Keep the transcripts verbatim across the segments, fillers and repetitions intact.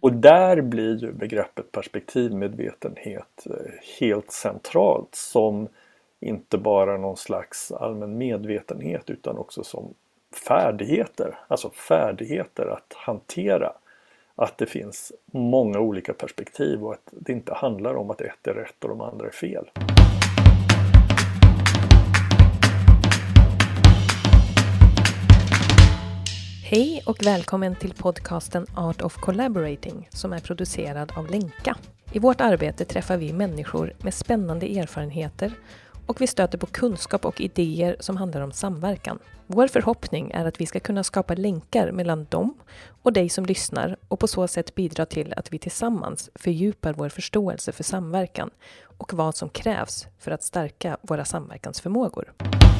Och där blir ju begreppet perspektivmedvetenhet helt centralt som inte bara någon slags allmän medvetenhet utan också som färdigheter, alltså färdigheter att hantera att det finns många olika perspektiv och att det inte handlar om att ett är rätt och de andra är fel. Hej och välkommen till podcasten Art of Collaborating som är producerad av Lenka. I vårt arbete träffar vi människor med spännande erfarenheter och vi stöter på kunskap och idéer som handlar om samverkan. Vår förhoppning är att vi ska kunna skapa länkar mellan dem och dig som lyssnar och på så sätt bidra till att vi tillsammans fördjupar vår förståelse för samverkan och vad som krävs för att stärka våra samverkansförmågor.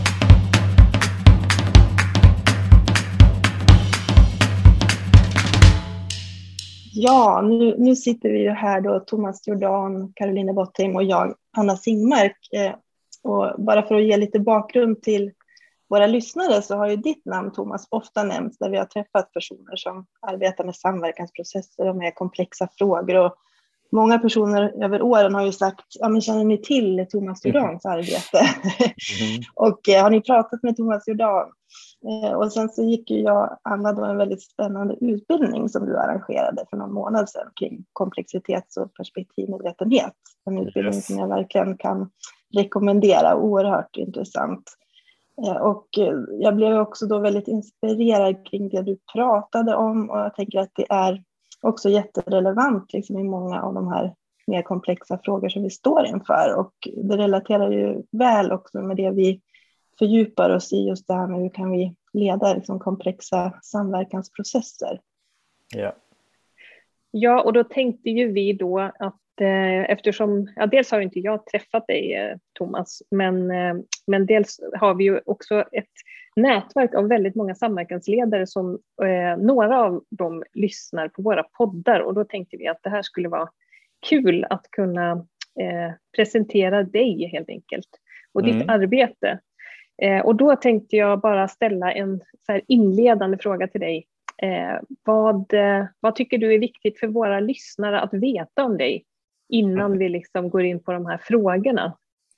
Ja, nu, nu sitter vi ju här då, Thomas Jordan, Carolina Bottheim och jag, Anna Singmark. Eh, och bara för att ge lite bakgrund till våra lyssnare så har ju ditt namn, Thomas, ofta nämnts där vi har träffat personer som arbetar med samverkansprocesser och med komplexa frågor. Och många personer över åren har ju sagt, ja men känner ni till Thomas Jordans arbete? Mm. och eh, har ni pratat med Thomas Jordan? Eh, och sen så gick ju jag, Anna, då en väldigt spännande utbildning som du arrangerade för någon månad sedan kring komplexitets- och perspektivmedvetenhet. En utbildning yes. som jag verkligen kan rekommendera, oerhört intressant. Eh, och eh, jag blev också då väldigt inspirerad kring det du pratade om och jag tänker att det är också jätterelevant liksom, i många av de här mer komplexa frågor som vi står inför. Och det relaterar ju väl också med det vi fördjupar oss i, just det här med hur kan vi leda liksom, komplexa samverkansprocesser. Yeah. Ja, och då tänkte ju vi då att eh, eftersom, ja, dels har ju inte jag träffat dig eh, Thomas, men, eh, men dels har vi ju också ett nätverk av väldigt många samverkansledare som eh, några av dem lyssnar på våra poddar och då tänkte vi att det här skulle vara kul att kunna eh, presentera dig helt enkelt och mm. ditt arbete. Eh, och då tänkte jag bara ställa en så här inledande fråga till dig. Eh, vad, eh, vad tycker du är viktigt för våra lyssnare att veta om dig innan vi liksom går in på de här frågorna?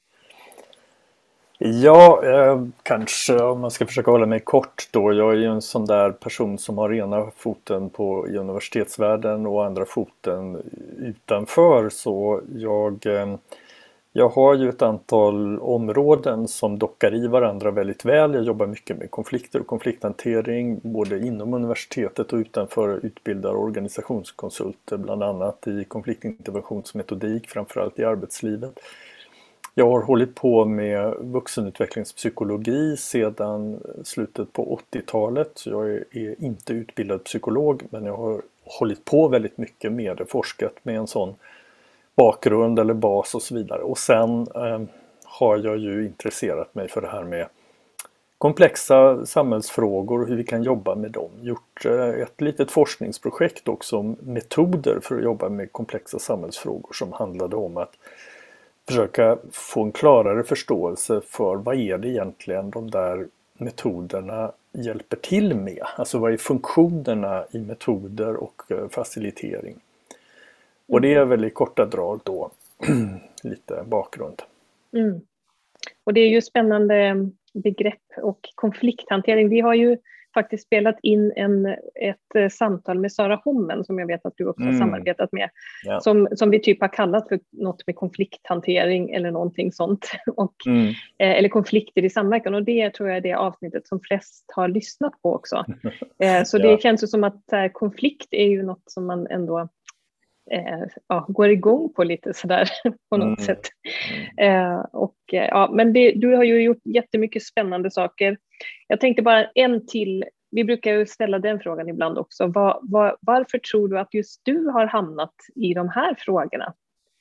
Ja, eh, kanske om man ska försöka hålla mig kort då. Jag är ju en sån där person som har ena foten på i universitetsvärlden och andra foten utanför. Så jag, eh, jag har ju ett antal områden som dockar i varandra väldigt väl. Jag jobbar mycket med konflikter och konflikthantering både inom universitetet och utanför, utbildar organisationskonsulter bland annat i konfliktinterventionsmetodik, framförallt i arbetslivet. Jag har hållit på med vuxenutvecklingspsykologi sedan slutet på åttiotalet. Jag är inte utbildad psykolog men jag har hållit på väldigt mycket med det, forskat med en sån bakgrund eller bas och så vidare. Och sen eh, har jag ju intresserat mig för det här med komplexa samhällsfrågor och hur vi kan jobba med dem. Gjort eh, ett litet forskningsprojekt också om metoder för att jobba med komplexa samhällsfrågor som handlade om att försöka få en klarare förståelse för vad är det egentligen de där metoderna hjälper till med. Alltså vad är funktionerna i metoder och facilitering. Och det är väl i korta drag då lite bakgrund. Mm. Och det är ju spännande begrepp och konflikthantering. Vi har ju faktiskt spelat in en, ett samtal med Sara Hommen som jag vet att du också mm. har samarbetat med. Ja. Som, som vi typ har kallat för något med konflikthantering eller någonting sånt. Och, mm. eh, eller konflikter i samverkan. Och det tror jag är det avsnittet som flest har lyssnat på också. Eh, så ja. Det känns ju som att här, konflikt är ju något som man ändå eh, ja, går igång på lite sådär på något mm. sätt. Eh, och, ja, men det, du har ju gjort jättemycket spännande saker. Jag tänkte bara en till, vi brukar ju ställa den frågan ibland också. Var, var, varför tror du att just du har hamnat i de här frågorna?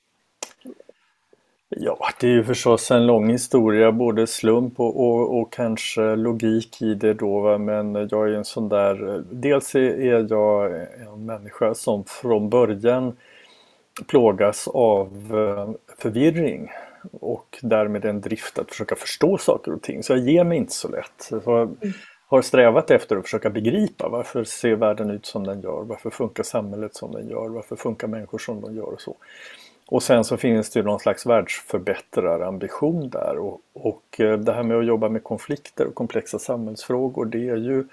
Ja, det är ju förstås en lång historia, både slump och, och, och kanske logik i det då. Va? Men jag är en sån där, dels är jag en människa som från början plågas av förvirring. Och därmed en drift att försöka förstå saker och ting. Så jag ger mig inte så lätt. Så jag har strävat efter att försöka begripa varför ser världen ut som den gör, varför funkar samhället som den gör, varför funkar människor som de gör och så. Och sen så finns det ju någon slags världsförbättrar-ambition där och, och det här med att jobba med konflikter och komplexa samhällsfrågor, det är ju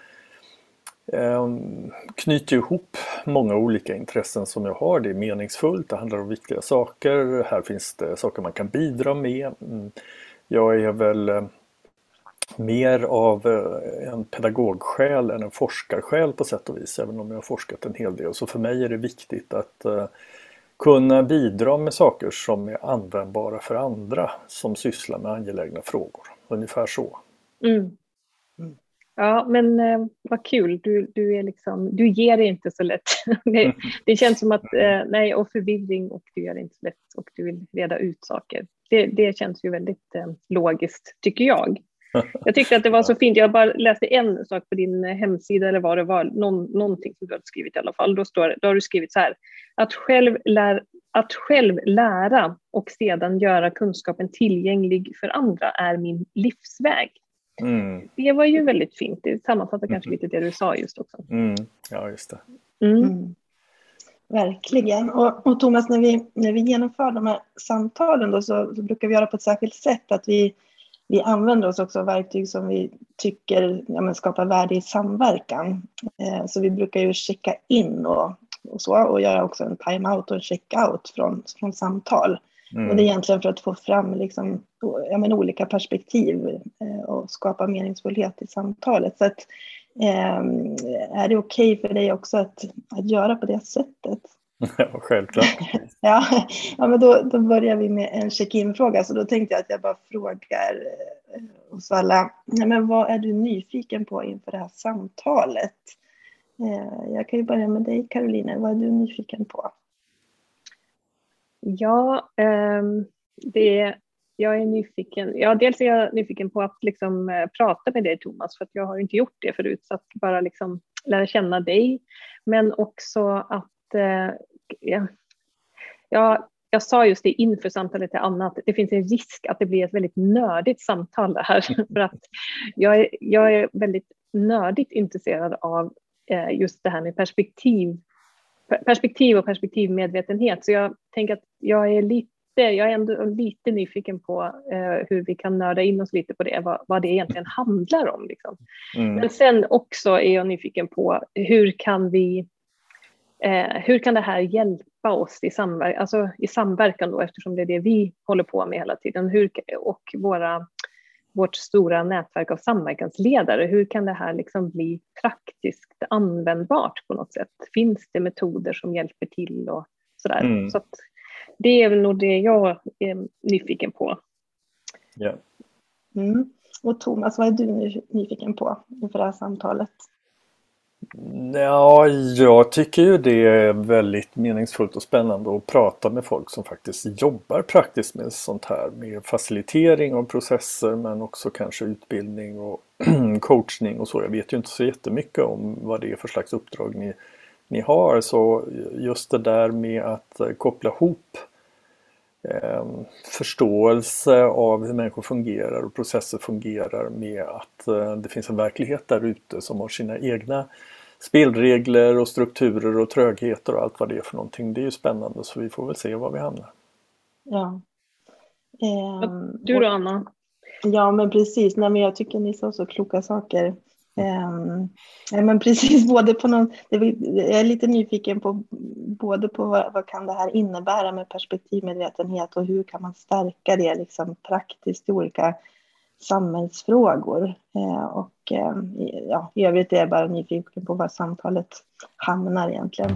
eh, knyter ihop många olika intressen som jag har. Det är meningsfullt, det handlar om viktiga saker, här finns det saker man kan bidra med. Jag är väl eh, mer av eh, en pedagogsjäl än en forskarsjäl på sätt och vis, även om jag har forskat en hel del. Så för mig är det viktigt att eh, kunna bidra med saker som är användbara för andra som sysslar med angelägna frågor. Ungefär så. Mm. Mm. Ja, men eh, vad kul. Du, du, är liksom, du ger det inte så lätt. det, det känns som att eh, nej, och förvirring och du gör det inte så lätt och du vill reda ut saker. Det, det känns ju väldigt eh, logiskt, tycker jag. Jag tyckte att det var så fint. Jag bara läste en sak på din hemsida eller vad det var. Någon, någonting som du hade skrivit i alla fall. Då, står, då har du skrivit så här. Att själv, lär, att själv lära och sedan göra kunskapen tillgänglig för andra är min livsväg. Mm. Det var ju väldigt fint. Det sammanfattar mm. kanske lite det du sa just också. Mm. Ja, just det. Mm. Mm. Verkligen. Och, och Thomas, när vi, när vi genomför de här samtalen då, så, så brukar vi göra på ett särskilt sätt att vi Vi använder oss också av verktyg som vi tycker ja, men skapar värde i samverkan. Eh, så vi brukar ju checka in och, och så och göra också en time-out och en check-out från, från samtal. Mm. Och det är egentligen för att få fram liksom, ja, men olika perspektiv eh, och skapa meningsfullhet i samtalet. Så att, eh, är det okej för dig också att, att göra på det sättet? Ja, självklart. ja, ja, men då, då börjar vi med en check-in-fråga. Så då tänkte jag att jag bara frågar eh, oss alla. Ja, men vad är du nyfiken på inför det här samtalet? Eh, jag kan ju börja med dig, Caroline. Vad är du nyfiken på? Ja, eh, det, jag är nyfiken. Ja, dels är jag nyfiken på att liksom, eh, prata med dig, Thomas. För att jag har inte gjort det förut. Så att bara liksom, lära känna dig. Men också att Ja, jag, jag sa just det inför samtalet till Anna att det finns en risk att det blir ett väldigt nördigt samtal det här. För att jag är, jag är väldigt nördigt intresserad av eh, just det här med perspektiv, perspektiv och perspektivmedvetenhet. Så jag tänker att jag är lite, jag är ändå lite nyfiken på eh, hur vi kan nörda in oss lite på det, vad, vad det egentligen handlar om. Liksom. Mm. Men sen också är jag nyfiken på hur kan vi Eh, hur kan det här hjälpa oss i, samver- alltså i samverkan då, eftersom det är det vi håller på med hela tiden. Hur, och våra, vårt stora nätverk av samverkansledare, hur kan det här liksom bli praktiskt användbart på något sätt? Finns det metoder som hjälper till och sådär? Mm. Så att det är väl nog det jag är nyfiken på. Yeah. Mm. Och Thomas, vad är du nyfiken på inför det här samtalet? Ja, jag tycker ju det är väldigt meningsfullt och spännande att prata med folk som faktiskt jobbar praktiskt med sånt här. Med facilitering av processer men också kanske utbildning och coachning och så. Jag vet ju inte så jättemycket om vad det är för slags uppdrag ni, ni har. Så just det där med att koppla ihop eh, förståelse av hur människor fungerar och processer fungerar med att eh, det finns en verklighet där ute som har sina egna spelregler och strukturer och trögheter och allt vad det är för någonting. Det är ju spännande, så vi får väl se var vi hamnar. Ja. Ehm, du då, Anna? Ja, men precis. Nej, men jag tycker ni sa så kloka saker. Ehm, ja, men precis, både på någon, jag är lite nyfiken på både på vad, vad kan det här innebära med perspektivmedvetenhet och hur kan man stärka det liksom praktiskt i olika samhällsfrågor. Eh, och eh, ja, i övrigt är jag bara nyfiken på var samtalet hamnar egentligen.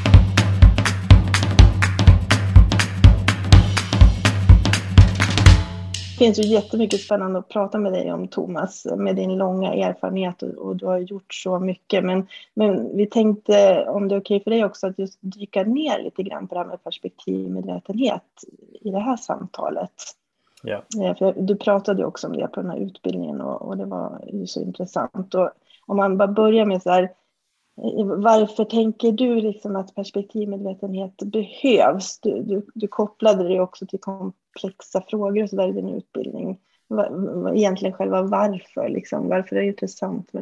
Det finns ju jättemycket spännande att prata med dig om, Thomas, med din långa erfarenhet och, och du har gjort så mycket. Men, men vi tänkte, om det är okej för dig också, att just dyka ner lite grann på det här med perspektivmedvetenhet i det här samtalet. Ja. För du pratade ju också om det på den här utbildningen och, och det var ju så intressant. Och om man bara börjar med så här, varför tänker du liksom att perspektivmedvetenhet behövs? Du, du, du kopplade det också till komplexa frågor och så där i din utbildning. Var, var, egentligen själva varför, liksom, varför är det intressant med de här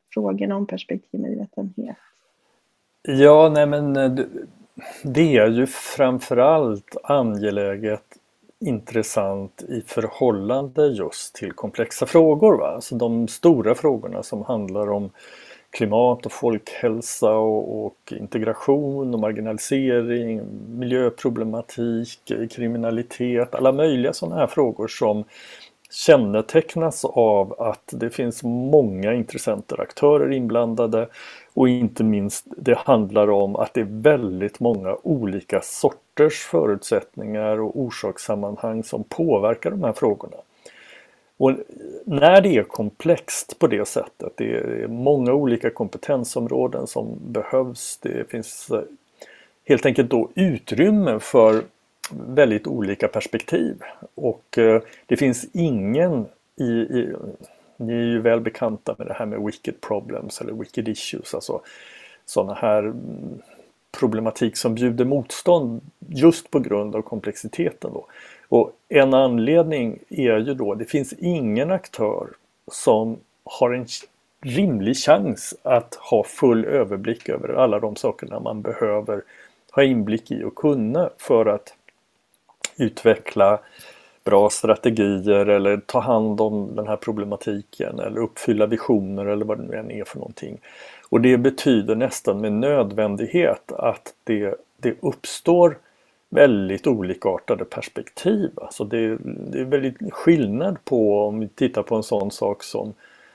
frågorna om perspektivmedvetenhet? Ja, nej men det är ju framförallt angeläget intressant i förhållande just till komplexa frågor. Va? Alltså de stora frågorna som handlar om klimat och folkhälsa och, och integration och marginalisering, miljöproblematik, kriminalitet, alla möjliga sådana här frågor som kännetecknas av att det finns många intressenter, aktörer inblandade och inte minst det handlar om att det är väldigt många olika sorters förutsättningar och orsakssammanhang som påverkar de här frågorna. Och när det är komplext på det sättet, det är många olika kompetensområden som behövs, det finns helt enkelt då utrymme för väldigt olika perspektiv och det finns ingen i, i ni är ju väl bekanta med det här med wicked problems eller wicked issues, alltså sådana här problematik som bjuder motstånd just på grund av komplexiteten då. Och en anledning är ju då, det finns ingen aktör som har en rimlig chans att ha full överblick över alla de sakerna man behöver ha inblick i och kunna för att utveckla bra strategier eller ta hand om den här problematiken eller uppfylla visioner eller vad det nu än är för någonting. Och det betyder nästan med nödvändighet att det, det uppstår väldigt olikartade perspektiv. Alltså det, det är väldigt skillnad på om vi tittar på en sån sak som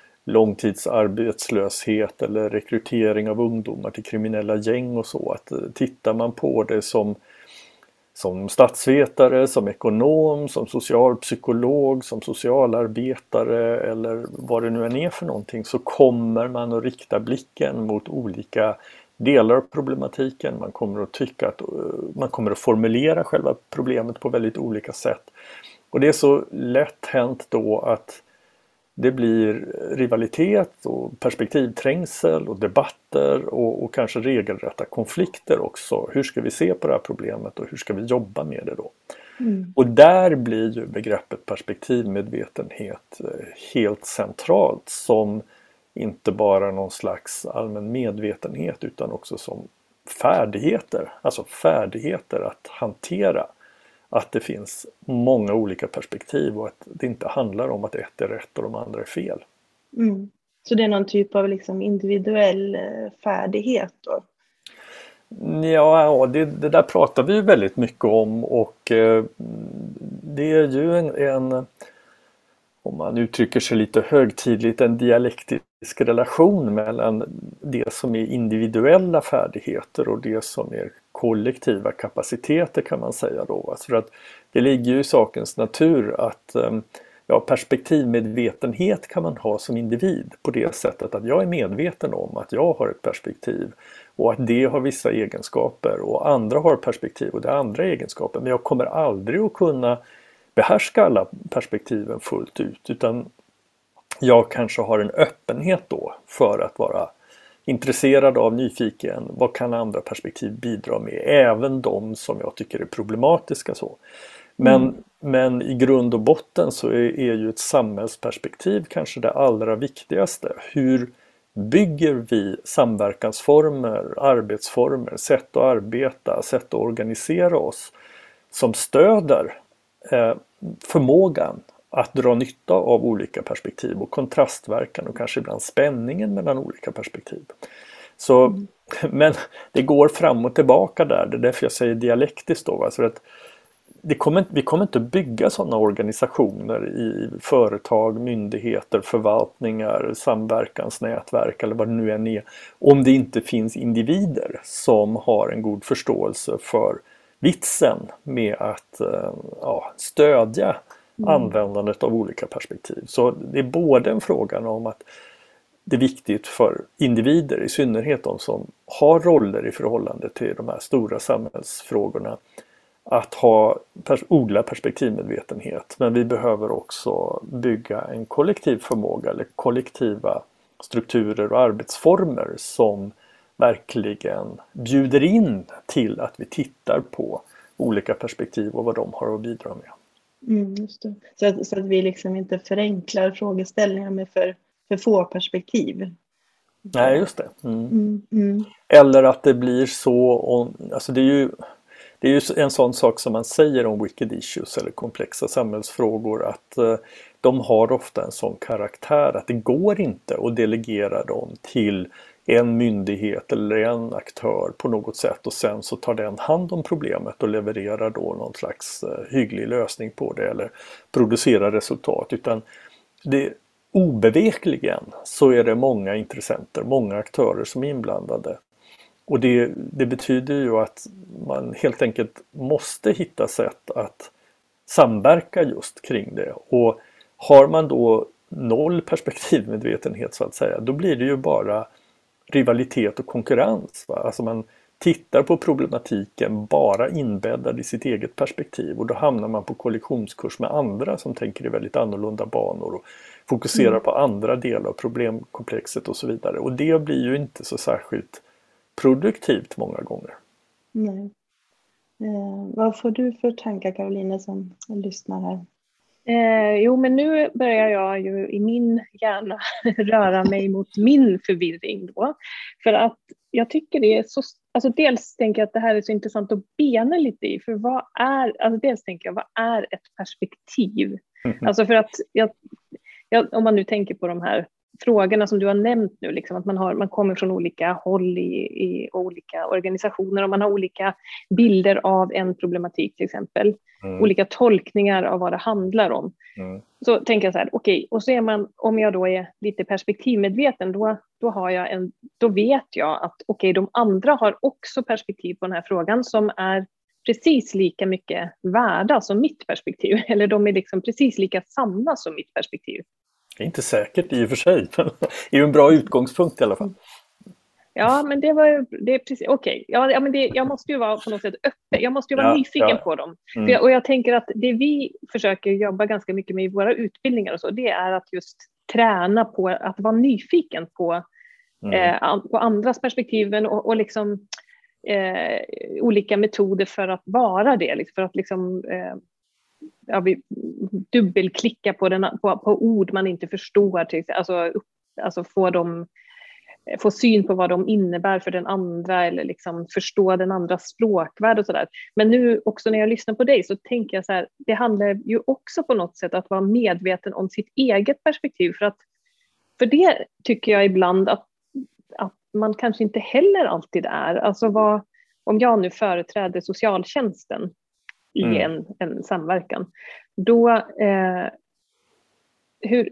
långtidsarbetslöshet eller rekrytering av ungdomar till kriminella gäng och så. Att tittar man på det som Som statsvetare, som ekonom, som socialpsykolog, som socialarbetare eller vad det nu än är för någonting så kommer man att rikta blicken mot olika delar av problematiken. Man kommer att tycka att man kommer att formulera själva problemet på väldigt olika sätt. Och det är så lätt hänt då att det blir rivalitet och perspektivträngsel och debatter och, och kanske regelrätta konflikter också. Hur ska vi se på det här problemet och hur ska vi jobba med det då? Mm. Och där blir ju begreppet perspektivmedvetenhet helt centralt som inte bara någon slags allmän medvetenhet utan också som färdigheter. Alltså färdigheter att hantera. Att det finns många olika perspektiv och att det inte handlar om att ett är rätt och de andra är fel. Mm. Så det är någon typ av liksom individuell färdighet då? Ja, det, det där pratar vi ju väldigt mycket om och eh, det är ju en, en, om man uttrycker sig lite högtidligt, en dialektisk relation mellan det som är individuella färdigheter och det som är kollektiva kapaciteter kan man säga då. Alltså för att det ligger ju i sakens natur att ja, perspektivmedvetenhet kan man ha som individ på det sättet att jag är medveten om att jag har ett perspektiv och att det har vissa egenskaper och andra har perspektiv och det är andra egenskaper, men jag kommer aldrig att kunna behärska alla perspektiven fullt ut utan jag kanske har en öppenhet då för att vara intresserad av, nyfiken, vad kan andra perspektiv bidra med, även de som jag tycker är problematiska så. Men, mm. men i grund och botten så är, är ju ett samhällsperspektiv kanske det allra viktigaste. Hur bygger vi samverkansformer, arbetsformer, sätt att arbeta, sätt att organisera oss som stöder eh, förmågan att dra nytta av olika perspektiv och kontrastverkan och kanske ibland spänningen mellan olika perspektiv. Så, mm. Men det går fram och tillbaka där, det är därför jag säger dialektiskt då. Alltså att det kommer, vi kommer inte bygga sådana organisationer i företag, myndigheter, förvaltningar, samverkansnätverk eller vad det nu än är om det inte finns individer som har en god förståelse för vitsen med att ja, stödja Mm. användandet av olika perspektiv. Så det är både en fråga om att det är viktigt för individer, i synnerhet de som har roller i förhållande till de här stora samhällsfrågorna, att ha pers- odla perspektivmedvetenhet. Men vi behöver också bygga en kollektiv förmåga eller kollektiva strukturer och arbetsformer som verkligen bjuder in till att vi tittar på olika perspektiv och vad de har att bidra med. Mm, just det. Så, att, så att vi liksom inte förenklar frågeställningar med för, för få perspektiv. Nej, just det. Mm. Mm, mm. Eller att det blir så, om, alltså det är ju det är ju en sån sak som man säger om wicked issues eller komplexa samhällsfrågor, att eh, de har ofta en sån karaktär att det går inte att delegera dem till en myndighet eller en aktör på något sätt och sen så tar den hand om problemet och levererar då någon slags eh, hygglig lösning på det eller producerar resultat, utan det obevekligen så är det många intressenter, många aktörer som är inblandade. Och det, det betyder ju att man helt enkelt måste hitta sätt att samverka just kring det. Och har man då noll perspektivmedvetenhet så att säga, då blir det ju bara rivalitet och konkurrens. Va? Alltså man tittar på problematiken bara inbäddad i sitt eget perspektiv och då hamnar man på kollektionskurs med andra som tänker i väldigt annorlunda banor och fokuserar mm. på andra delar av problemkomplexet och så vidare. Och det blir ju inte så särskilt produktivt många gånger. Nej. Eh, vad får du för tankar, Karolina, som lyssnar här? Eh, jo, men nu börjar jag ju i min hjärna röra mig mot min förvirring då. För att jag tycker det är så, alltså dels tänker jag att det här är så intressant att bena lite i. För vad är, alltså dels tänker jag, vad är ett perspektiv? Mm-hmm. Alltså för att, jag, jag, om man nu tänker på de här frågorna som du har nämnt nu, liksom, att man, har, man kommer från olika håll i, i olika organisationer och man har olika bilder av en problematik till exempel. Mm. Olika tolkningar av vad det handlar om. Mm. Så tänker jag så här, okej, okay, och så är man, om jag då är lite perspektivmedveten, då, då, har jag en, då vet jag att okej, okay, de andra har också perspektiv på den här frågan som är precis lika mycket värda som mitt perspektiv. Eller de är liksom precis lika sanna som mitt perspektiv. Det är inte säkert i och för sig, men det är ju en bra utgångspunkt i alla fall. Ja, men det var det är precis okej. Okay. Ja, ja, men det, jag måste ju vara på något sätt öppen. Jag måste ju vara ja, nyfiken ja. på dem. Mm. För jag, och jag tänker att det vi försöker jobba ganska mycket med i våra utbildningar och så, det är att just träna på att vara nyfiken på, mm. eh, på andras perspektiven och, och liksom eh, olika metoder för att vara det, liksom, för att liksom eh, ja, vi dubbelklicka på, den, på, på ord man inte förstår, till, alltså, alltså få dem få syn på vad de innebär för den andra eller liksom förstå den andras språkvärld och sådär. Men nu också när jag lyssnar på dig så tänker jag så här, det handlar ju också på något sätt att vara medveten om sitt eget perspektiv, för att för det tycker jag ibland att, att man kanske inte heller alltid är. Alltså vad, om jag nu företräder socialtjänsten i mm. en, en samverkan, då eh, hur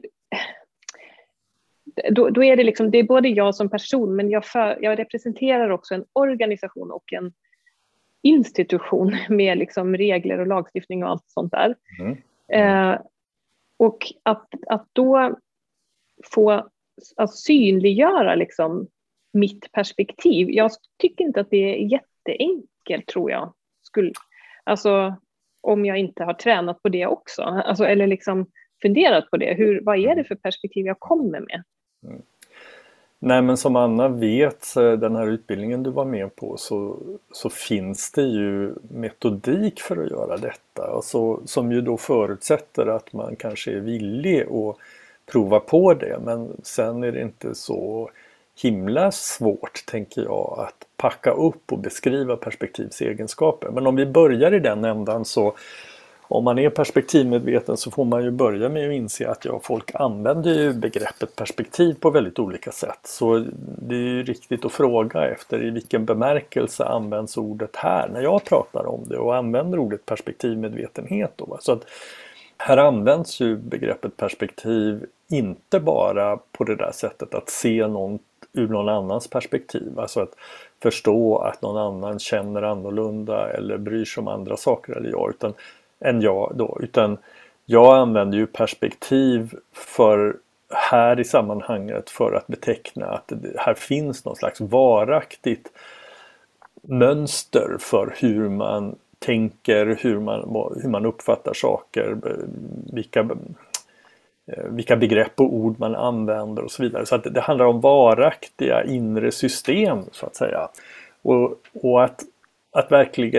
Då, då är det liksom, det är både jag som person, men jag, för, jag representerar också en organisation och en institution med liksom regler och lagstiftning och allt sånt där. Mm. Mm. Eh, och att, att då få att synliggöra liksom mitt perspektiv, jag tycker inte att det är jätteenkelt, tror jag. Skulle, alltså om jag inte har tränat på det också, alltså, eller liksom funderat på det, hur, vad är det för perspektiv jag kommer med? Mm. Nej, men som Anna vet, den här utbildningen du var med på, så, så finns det ju metodik för att göra detta. Alltså, som ju då förutsätter att man kanske är villig att prova på det. Men sen är det inte så himla svårt, tänker jag, att packa upp och beskriva perspektivsegenskaper. Men om vi börjar i den ändan, så om man är perspektivmedveten så får man ju börja med att inse att ja, folk använder ju begreppet perspektiv på väldigt olika sätt. Så det är ju riktigt att fråga efter i vilken bemärkelse används ordet här när jag pratar om det, och använder ordet perspektivmedvetenhet då. Så att här används ju begreppet perspektiv inte bara på det där sättet att se någon ur någon annans perspektiv, alltså att förstå att någon annan känner annorlunda eller bryr sig om andra saker eller jag, utan än jag då, utan jag använder ju perspektiv för här i sammanhanget för att beteckna att det här finns någon slags varaktigt mönster för hur man tänker, hur man, hur man uppfattar saker, vilka, vilka begrepp och ord man använder och så vidare. Så att det handlar om varaktiga inre system, så att säga. Och, och att, att verkligen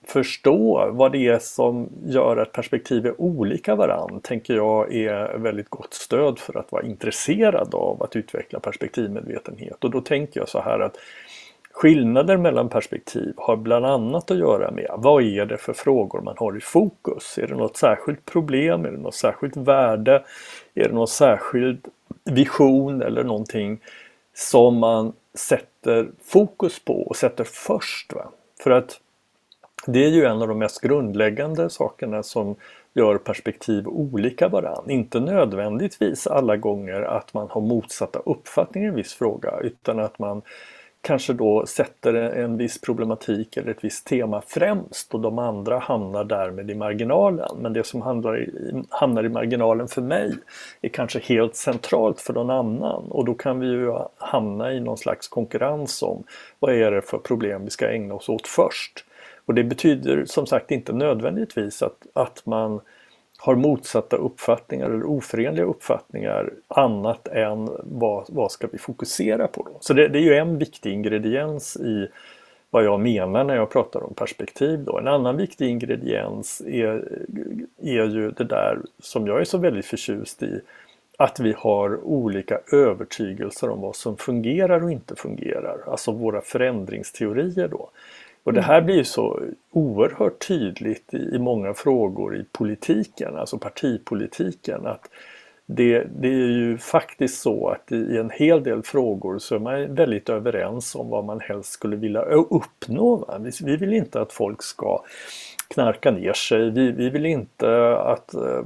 förstå vad det är som gör att perspektiv är olika varann, tänker jag är väldigt gott stöd för att vara intresserad av att utveckla perspektivmedvetenhet. Och då tänker jag så här att skillnader mellan perspektiv har bland annat att göra med vad är det för frågor man har i fokus. Är det något särskilt problem? Är det något särskilt värde? Är det någon särskild vision eller någonting som man sätter fokus på och sätter först? Va? För att det är ju en av de mest grundläggande sakerna som gör perspektiv olika varann. Inte nödvändigtvis alla gånger att man har motsatta uppfattningar i en viss fråga, utan att man kanske då sätter en viss problematik eller ett visst tema främst och de andra hamnar därmed i marginalen. Men det som handlar i, hamnar i marginalen för mig är kanske helt centralt för någon annan. Och då kan vi ju hamna i någon slags konkurrens om vad är det för problem vi ska ägna oss åt först. Och det betyder som sagt inte nödvändigtvis att, att man har motsatta uppfattningar eller oförenliga uppfattningar annat än vad, vad ska vi fokusera på då. Så det, det är ju en viktig ingrediens i vad jag menar när jag pratar om perspektiv då. En annan viktig ingrediens är, är ju det där som jag är så väldigt förtjust i, att vi har olika övertygelser om vad som fungerar och inte fungerar. Alltså våra förändringsteorier då. Och det här blir ju så oerhört tydligt i, i många frågor i politiken, alltså partipolitiken, att det, det är ju faktiskt så att i, i en hel del frågor så är man väldigt överens om vad man helst skulle vilja uppnå. Va? Vi, vi vill inte att folk ska knarka ner sig, vi, vi vill inte att eh,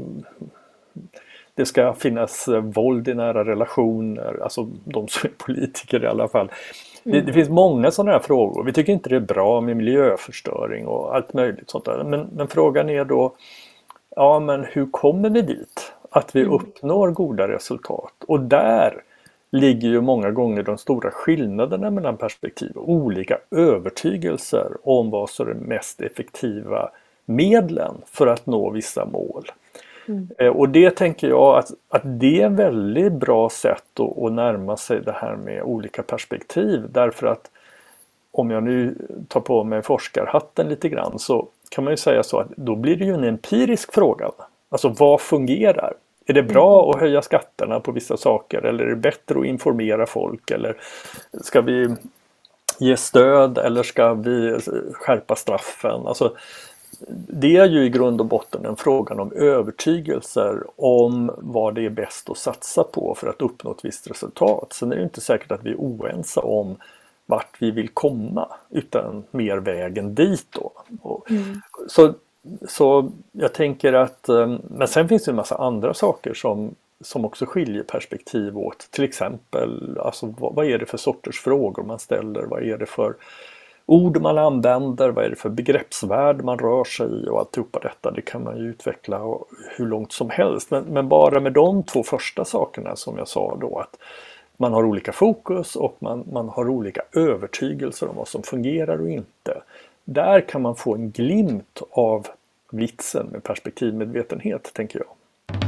det ska finnas våld i nära relationer, alltså de som är politiker i alla fall. Det, det finns många sådana här frågor. Vi tycker inte det är bra med miljöförstöring och allt möjligt sånt där. Men, men frågan är då, ja men hur kommer vi dit? Att vi mm. uppnår goda resultat. Och där ligger ju många gånger de stora skillnaderna mellan perspektiv och olika övertygelser om vad som är de mest effektiva medlen för att nå vissa mål. Mm. Och det tänker jag att, att det är ett väldigt bra sätt att, att närma sig det här med olika perspektiv. Därför att om jag nu tar på mig forskarhatten lite grann så kan man ju säga så att då blir det ju en empirisk fråga. Alltså vad fungerar? Är det bra att höja skatterna på vissa saker eller är det bättre att informera folk? Eller ska vi ge stöd eller ska vi skärpa straffen? Alltså det är ju i grund och botten en frågan om övertygelser om vad det är bäst att satsa på för att uppnå ett visst resultat. Sen är det inte säkert att vi är oense om vart vi vill komma utan mer vägen dit då. Och, mm. så, så jag tänker att, men sen finns det en massa andra saker som, som också skiljer perspektiv åt. Till exempel, alltså, vad, vad är det för sorters frågor man ställer? Vad är det för ord man använder, vad är det för begreppsvärld man rör sig i och alltihopa detta, det kan man ju utveckla hur långt som helst. Men, men bara med de två första sakerna som jag sa då, att man har olika fokus och man, man har olika övertygelser om vad som fungerar och inte. Där kan man få en glimt av vitsen med perspektivmedvetenhet, tänker jag.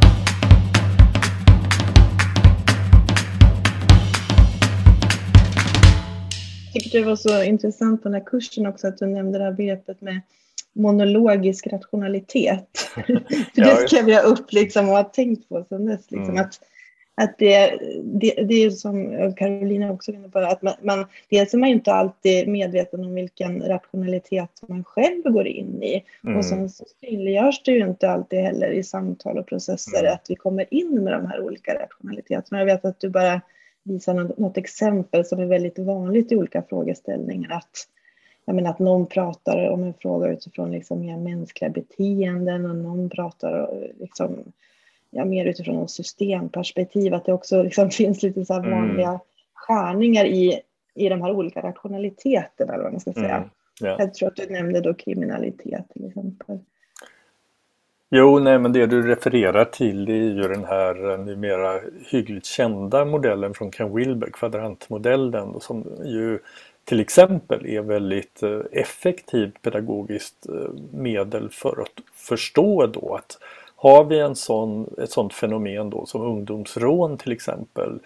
Jag tycker det var så intressant på den här kursen också att du nämnde det här begreppet med monologisk rationalitet. För det skrev jag upp liksom och har tänkt på sedan dess. Liksom, mm. Att, att det, det, det är som Carolina också inne på, att man, man, dels är man inte alltid medveten om vilken rationalitet man själv går in i. Mm. Och sen så synliggörs det ju inte alltid heller i samtal och processer mm. att vi kommer in med de här olika rationaliteterna. Jag vet att du bara visa något, något exempel som är väldigt vanligt i olika frågeställningar. Att, jag menar, att någon pratar om en fråga utifrån liksom mer mänskliga beteenden och någon pratar liksom, ja, mer utifrån ett systemperspektiv. Att det också liksom finns lite så här vanliga mm. skärningar i, i de här olika rationaliteterna. Eller vad man ska säga. Mm. Yeah. Jag tror att du nämnde då kriminalitet till exempel. Jo, nej, men det du refererar till det är ju den här numera hyggligt kända modellen från Ken Wilber, kvadrantmodellen, som ju till exempel är väldigt effektivt pedagogiskt medel för att förstå då att har vi en sån, ett sånt fenomen då som ungdomsrån till exempel,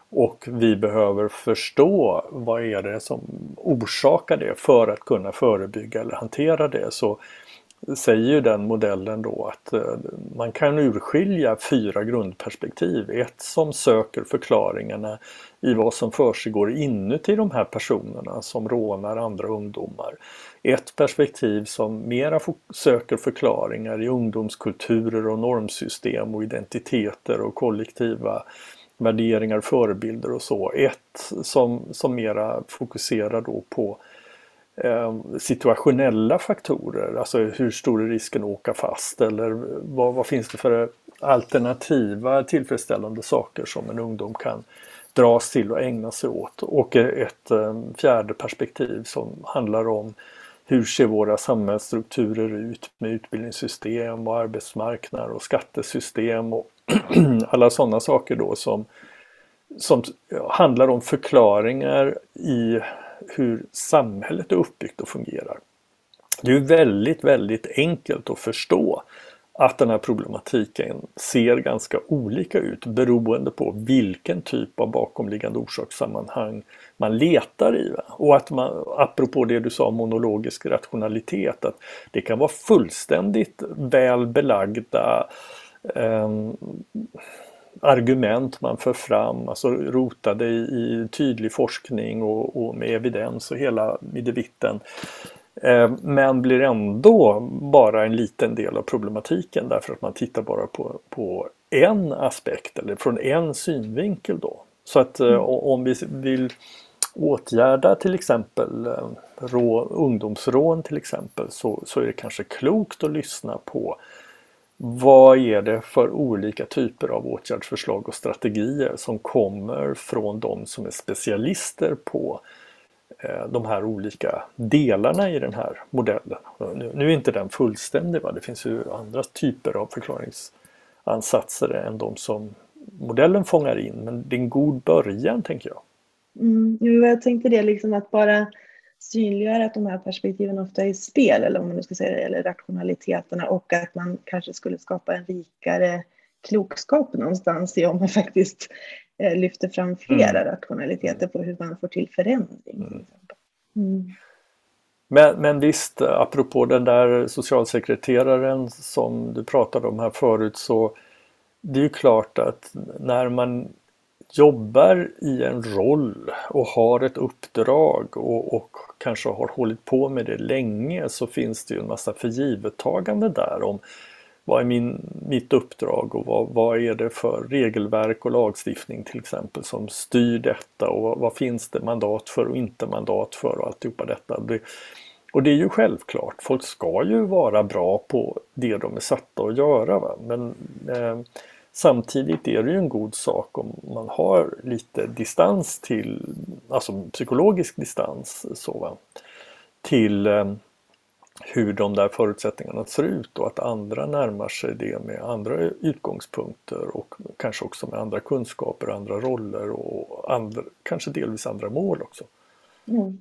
Och vi behöver förstå vad är det som orsakar det för att kunna förebygga eller hantera det. Så säger ju den modellen då att man kan urskilja fyra grundperspektiv. Ett som söker förklaringarna i vad som försiggår inuti de här personerna som rånar andra ungdomar. Ett perspektiv som mera söker förklaringar i ungdomskulturer och normsystem och identiteter och kollektiva värderingar, förebilder och så. Ett som, som mera fokuserar då på eh, situationella faktorer, alltså hur stor är risken att åka fast eller vad, vad finns det för alternativa tillfredsställande saker som en ungdom kan dras till och ägna sig åt. Och ett eh, fjärde perspektiv som handlar om hur ser våra samhällsstrukturer ut med utbildningssystem och arbetsmarknad och skattesystem och alla sådana saker då som, som handlar om förklaringar i hur samhället är uppbyggt och fungerar. Det är väldigt, väldigt enkelt att förstå att den här problematiken ser ganska olika ut beroende på vilken typ av bakomliggande orsakssammanhang man letar i. Och att man, apropå det du sa om monologisk rationalitet, att det kan vara fullständigt väl belagda eh, argument man för fram, alltså rotade i, i tydlig forskning och, och med evidens och hela midevitten. Men blir ändå bara en liten del av problematiken därför att man tittar bara på, på en aspekt eller från en synvinkel då. Så att mm. om vi vill åtgärda till exempel rå, ungdomsrån till exempel så, så är det kanske klokt att lyssna på vad är det för olika typer av åtgärdsförslag och strategier som kommer från de som är specialister på de här olika delarna i den här modellen. Nu, nu är inte den fullständig, va? Det finns ju andra typer av förklaringsansatser än de som modellen fångar in, men det är en god början tänker jag. Mm, jag tänkte det liksom att bara synliggöra att de här perspektiven ofta är i spel, eller om man nu ska säga det, eller rationaliteterna, och att man kanske skulle skapa en rikare klokskap någonstans i om man faktiskt eh, lyfter fram flera mm. rationaliteter på hur man får till förändring. Mm. Mm. Men, men visst, apropå den där socialsekreteraren som du pratade om här förut, så det är ju klart att när man jobbar i en roll och har ett uppdrag och, och kanske har hållit på med det länge, så finns det ju en massa förgivettagande där om vad är min, mitt uppdrag och vad, vad är det för regelverk och lagstiftning till exempel som styr detta och vad, vad finns det mandat för och inte mandat för och alltihopa detta. Det, och det är ju självklart, folk ska ju vara bra på det de är satta att göra, va? Men eh, samtidigt är det ju en god sak om man har lite distans till, alltså psykologisk distans så, va? Till eh, hur de där förutsättningarna ser ut och att andra närmar sig det med andra utgångspunkter och kanske också med andra kunskaper, andra roller och andra, kanske delvis andra mål också. Mm.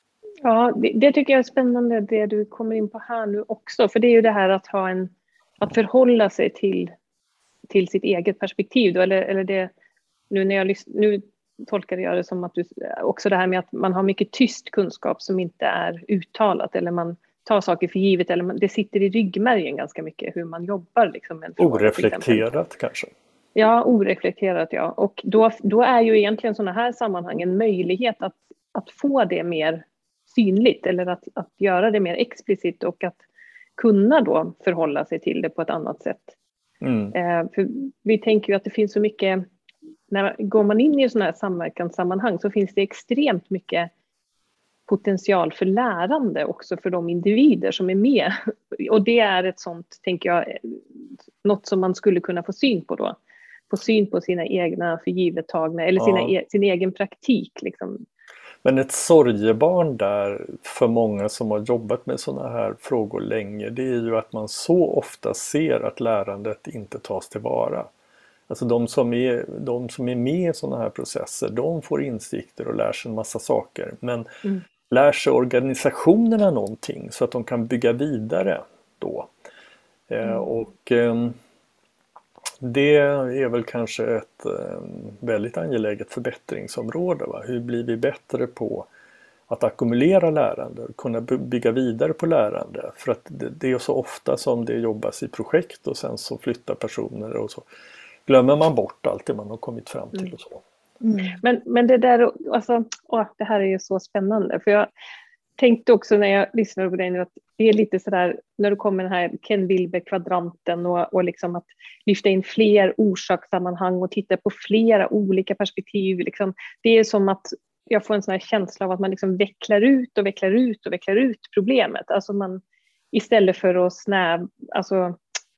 Ja, det, det tycker jag är spännande det du kommer in på här nu också, för det är ju det här att ha en, att förhålla sig till, till sitt eget perspektiv då, eller, eller det, nu när jag lyssnar, nu tolkade jag det som att du, också det här med att man har mycket tyst kunskap som inte är uttalat, eller man tar saker för givet, eller man, det sitter i ryggmärgen ganska mycket hur man jobbar liksom med en fråga, oreflekterat kanske. Ja, oreflekterat, ja. Och då, då är ju egentligen sådana här sammanhang en möjlighet att, att få det mer synligt, eller att, att göra det mer explicit och att kunna då förhålla sig till det på ett annat sätt. Mm. Eh, för vi tänker ju att det finns så mycket, när går man in i sådana här samverkanssammanhang så finns det extremt mycket potential för lärande också för de individer som är med. Och det är ett sånt, tänker jag, något som man skulle kunna få syn på då. Få syn på sina egna förgivettagna, eller sina ja. e, sin egen praktik liksom. Men ett sorgebarn där för många som har jobbat med sådana här frågor länge, det är ju att man så ofta ser att lärandet inte tas tillvara. Alltså de som är, de som är med i sådana här processer, de får insikter och lär sig en massa saker. Men mm. lär sig organisationerna någonting så att de kan bygga vidare då. Mm. Eh, och eh, det är väl kanske ett eh, väldigt angeläget förbättringsområde. Va? Hur blir vi bättre på att ackumulera lärande, kunna bygga vidare på lärande? För att det, det är så ofta som det jobbas i projekt och sen så flyttar personer och så glömmer man bort allt det man har kommit fram till och så. Mm. Men, men det där, alltså, åh, det här är ju så spännande, för jag tänkte också när jag lyssnade på dig nu att det är lite sådär, när du kommer den här Ken Wilber-kvadranten och, och liksom att lyfta in fler orsakssammanhang och titta på flera olika perspektiv. Liksom, det är som att jag får en sån här känsla av att man liksom vecklar ut och vecklar ut och vecklar ut problemet. Alltså man, istället för att snäv, alltså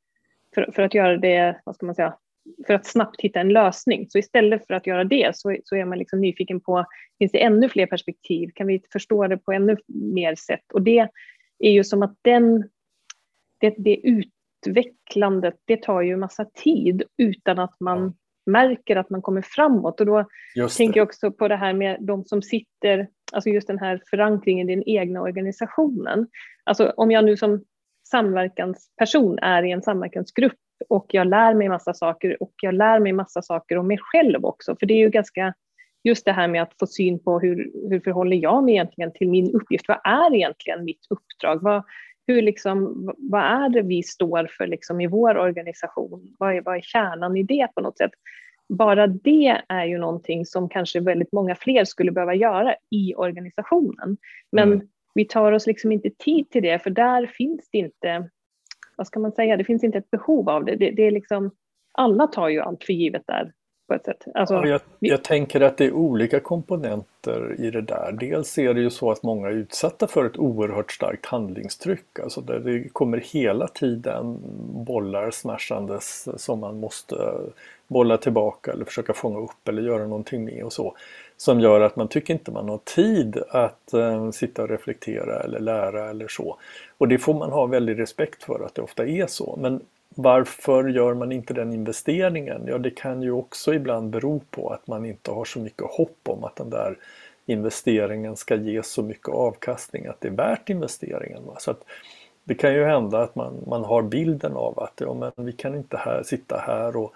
för, för att göra det, vad ska man säga, för att snabbt hitta en lösning. Så istället för att göra det så, så är man liksom nyfiken på, finns det ännu fler perspektiv? Kan vi förstå det på ännu mer sätt? Och det är ju som att den, det, det utvecklandet, det tar ju massa tid utan att man märker att man kommer framåt. Och då tänker jag också på det här med de som sitter, alltså just den här förankringen i den egna organisationen. Alltså om jag nu som samverkansperson är i en samverkansgrupp och jag lär mig massa saker och jag lär mig massa saker om mig själv också. För det är ju ganska just det här med att få syn på hur, hur förhåller jag mig egentligen till min uppgift. Vad är egentligen mitt uppdrag? Vad, hur liksom, vad är det vi står för liksom i vår organisation? Vad är, vad är kärnan i det på något sätt? Bara det är ju någonting som kanske väldigt många fler skulle behöva göra i organisationen. Men mm. vi tar oss liksom inte tid till det, för där finns det inte, vad ska man säga, det finns inte ett behov av det. Det, det är liksom, alla tar ju allt för givet där på ett sätt. Alltså, ja, jag, vi... jag tänker att det är olika komponenter i det där. Dels är det ju så att många är utsatta för ett oerhört starkt handlingstryck. Alltså där det kommer hela tiden bollar smashandes som man måste bolla tillbaka eller försöka fånga upp eller göra någonting med och så. Som gör att man tycker inte man har tid att eh, sitta och reflektera eller lära eller så. Och det får man ha väldigt respekt för att det ofta är så. Men varför gör man inte den investeringen? Ja, det kan ju också ibland bero på att man inte har så mycket hopp om att den där investeringen ska ge så mycket avkastning att det är värt investeringen. Va? Så att det kan ju hända att man, man har bilden av att ja, men vi kan inte här, sitta här och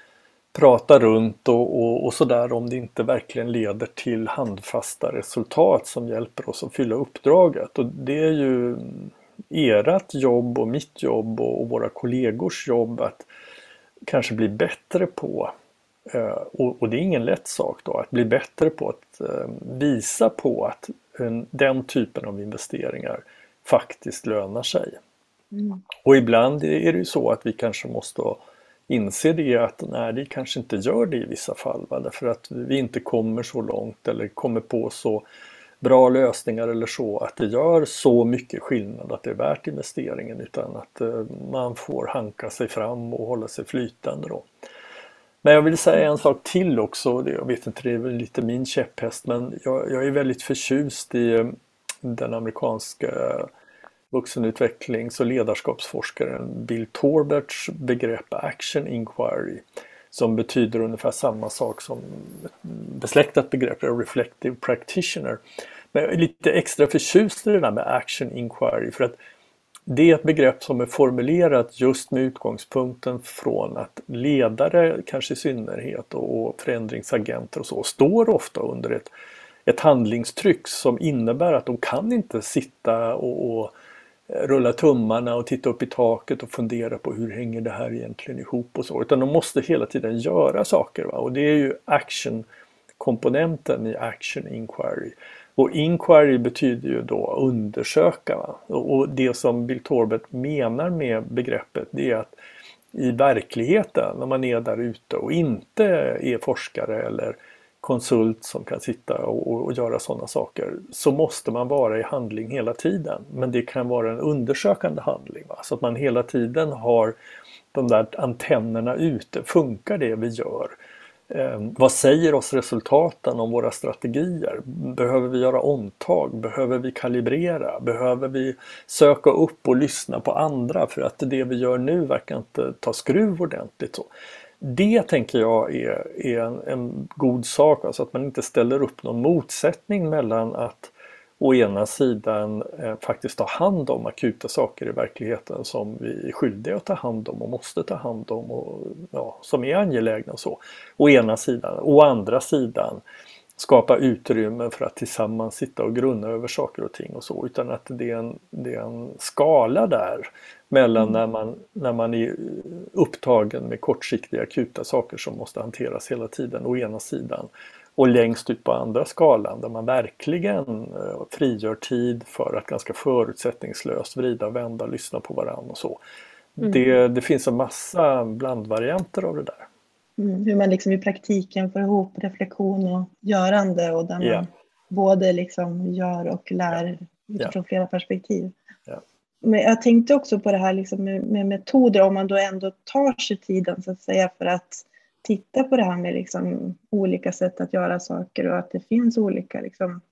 prata runt och, och, och sådär om det inte verkligen leder till handfasta resultat som hjälper oss att fylla uppdraget. Och det är ju ert jobb och mitt jobb och, och våra kollegors jobb att kanske bli bättre på, eh, och, och det är ingen lätt sak då, att bli bättre på att eh, visa på att en, den typen av investeringar faktiskt lönar sig. Mm. Och ibland är det ju så att vi kanske måste inse det att nej, det kanske inte gör det i vissa fall. Va? Därför att vi inte kommer så långt eller kommer på så bra lösningar eller så att det gör så mycket skillnad att det är värt investeringen, utan att eh, man får hanka sig fram och hålla sig flytande då. Men jag vill säga en sak till också, jag vet inte, det är väl lite min käpphäst, men jag, jag är väldigt förtjust i den amerikanska vuxenutvecklings- och ledarskapsforskaren Bill Torberts begrepp Action Inquiry, som betyder ungefär samma sak som besläktat begrepp Reflective Practitioner. Men jag är lite extra förtjust i det där med Action Inquiry, för att det är ett begrepp som är formulerat just med utgångspunkten från att ledare, kanske i synnerhet, och förändringsagenter och så, står ofta under ett, ett handlingstryck som innebär att de kan inte sitta och, och rulla tummarna och titta upp i taket och fundera på hur hänger det här egentligen ihop och så, utan de måste hela tiden göra saker. Va? Och det är ju action-komponenten i Action Inquiry. Och inquiry betyder ju då undersöka. Va? Och det som Bill Torbert menar med begreppet, det är att i verkligheten, när man är där ute och inte är forskare eller konsult som kan sitta och, och göra sådana saker, så måste man vara i handling hela tiden. Men det kan vara en undersökande handling. Va? Så att man hela tiden har de där antennerna ute. Funkar det vi gör? Eh, vad säger oss resultaten om våra strategier? Behöver vi göra omtag? Behöver vi kalibrera? Behöver vi söka upp och lyssna på andra för att det vi gör nu verkar inte ta skruv ordentligt så? Det tänker jag är, är en, en god sak, alltså att man inte ställer upp någon motsättning mellan att å ena sidan eh, faktiskt ta hand om akuta saker i verkligheten som vi är skyldiga att ta hand om och måste ta hand om och ja, som är angelägna och så. Å ena sidan. Å andra sidan skapa utrymme för att tillsammans sitta och grunna över saker och ting och så, utan att det är en, det är en skala där mellan mm. när, man, när man är upptagen med kortsiktiga akuta saker som måste hanteras hela tiden å ena sidan, och längst ut på andra skalan där man verkligen eh, frigör tid för att ganska förutsättningslöst vrida, vända, lyssna på varandra och så. Mm. Det, det finns en massa blandvarianter av det där. Mm, hur man liksom i praktiken får ihop reflektion och görande och där man yeah. både liksom gör och lär yeah. utifrån yeah. flera perspektiv. Yeah. Men jag tänkte också på det här liksom med, med metoder, om man då ändå tar sig tiden så att säga för att titta på det här med liksom olika sätt att göra saker och att det finns olika liksom,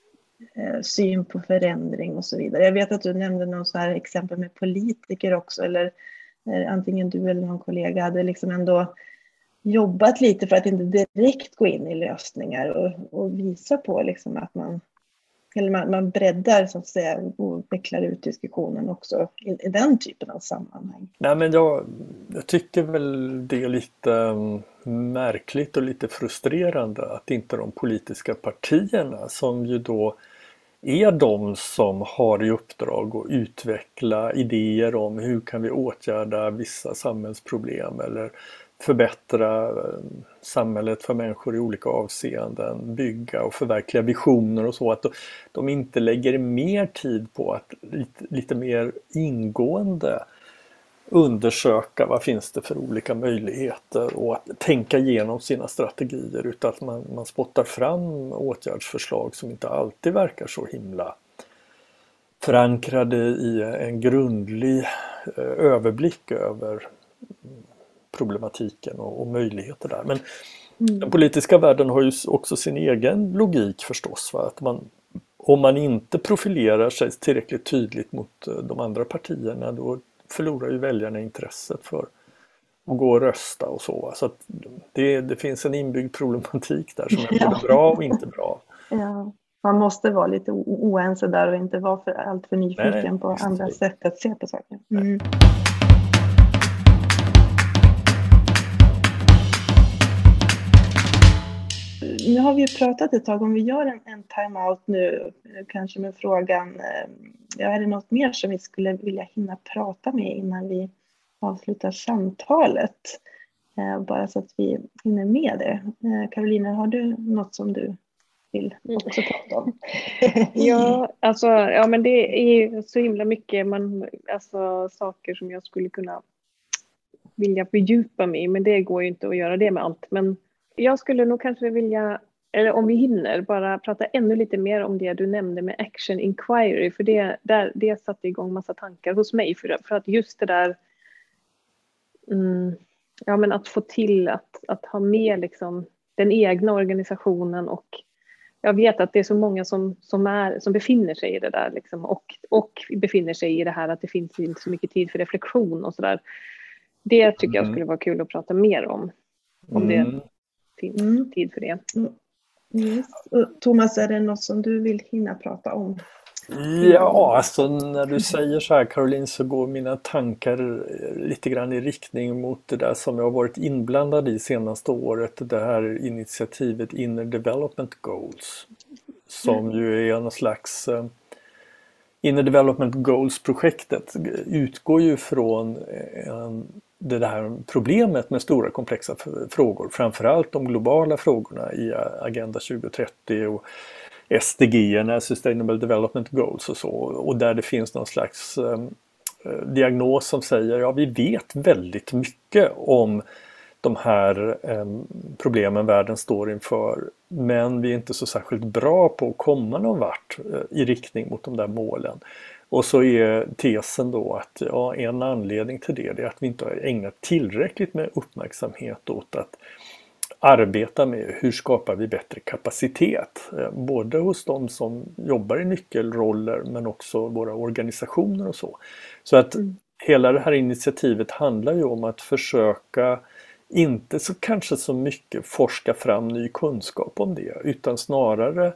eh, syn på förändring och så vidare. Jag vet att du nämnde någon så här exempel med politiker också, eller eh, antingen du eller någon kollega hade liksom ändå jobbat lite för att inte direkt gå in i lösningar och, och visa på liksom att man, eller man, man breddar så att säga och vecklar ut diskussionen också i, i den typen av sammanhang. Nej, men jag, jag tycker väl det är lite um, märkligt och lite frustrerande att inte de politiska partierna, som ju då är de som har i uppdrag att utveckla idéer om hur kan vi åtgärda vissa samhällsproblem eller förbättra samhället för människor i olika avseenden, bygga och förverkliga visioner och så, att de inte lägger mer tid på att lite, lite mer ingående undersöka vad finns det för olika möjligheter och att tänka igenom sina strategier, utan att man, man spottar fram åtgärdsförslag som inte alltid verkar så himla förankrade i en grundlig eh, överblick över problematiken och, och möjligheter där. Men mm. den politiska världen har ju också sin egen logik förstås. Va? Att man, om man inte profilerar sig tillräckligt tydligt mot de andra partierna, då förlorar ju väljarna intresset för att gå och rösta och så. Va? Så att det, det finns en inbyggd problematik där som är både bra och inte bra. Ja. Man måste vara lite oense där och inte vara för, allt för nyfiken nej, nej, på andra sätt att se på saker. Mm. Nu har vi ju pratat ett tag, om vi gör en, en time-out nu, kanske med frågan, ja, är det något mer som vi skulle vilja hinna prata med innan vi avslutar samtalet? Eh, bara så att vi hinner med det. Eh, Karolina, har du något som du vill också prata om? ja, alltså, ja, men det är så himla mycket man, alltså, saker som jag skulle kunna vilja fördjupa mig i, men det går ju inte att göra det med allt. Men jag skulle nog kanske vilja, eller om vi hinner, bara prata ännu lite mer om det du nämnde med action inquiry. För det, där, det satte igång massa tankar hos mig. För, för att just det där, mm, ja men att få till att, att ha med liksom den egna organisationen. Och jag vet att det är så många som, som, är, som befinner sig i det där. Liksom, och, och befinner sig i det här att det finns inte så mycket tid för reflektion och sådär. Det tycker mm. jag skulle vara kul att prata mer om. Om mm. det finns mm. tid för det. Yes. Thomas, är det något som du vill hinna prata om? Ja, alltså när du säger så här, Caroline, så går mina tankar lite grann i riktning mot det där som jag har varit inblandad i senaste året, det här initiativet Inner Development Goals, som mm. ju är en slags uh, Inner Development Goals-projektet utgår ju från en det här problemet med stora komplexa frågor, framförallt de globala frågorna i Agenda tjugo trettio och S D G-erna, Sustainable Development Goals och så, och där det finns någon slags eh, diagnos som säger ja, vi vet väldigt mycket om de här eh, problemen världen står inför, men vi är inte så särskilt bra på att komma någon vart eh, i riktning mot de där målen. Och så är tesen då att ja, en anledning till det är att vi inte har ägnat tillräckligt med uppmärksamhet åt att arbeta med hur skapar vi bättre kapacitet. Både hos de som jobbar i nyckelroller men också våra organisationer och så. Så att mm. hela det här initiativet handlar ju om att försöka inte så kanske så mycket forska fram ny kunskap om det, utan snarare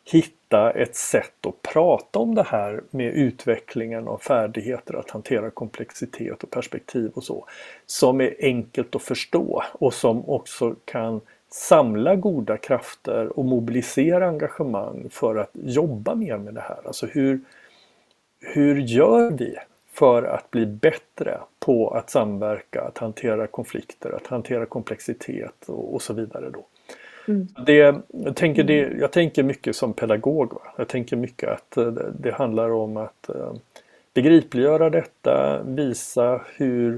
hitta ett sätt att prata om det här med utvecklingen av färdigheter att hantera komplexitet och perspektiv och så, som är enkelt att förstå och som också kan samla goda krafter och mobilisera engagemang för att jobba mer med det här. Alltså hur, hur gör vi för att bli bättre på att samverka, att hantera konflikter, att hantera komplexitet och, och så vidare då. Mm. Det, jag, tänker det, jag tänker mycket som pedagog. Va? Jag tänker mycket att det, det handlar om att eh, begripliggöra detta, visa hur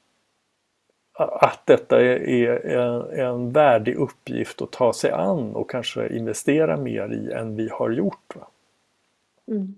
att detta är, är en, en värdig uppgift att ta sig an och kanske investera mer i än vi har gjort. Va? Mm.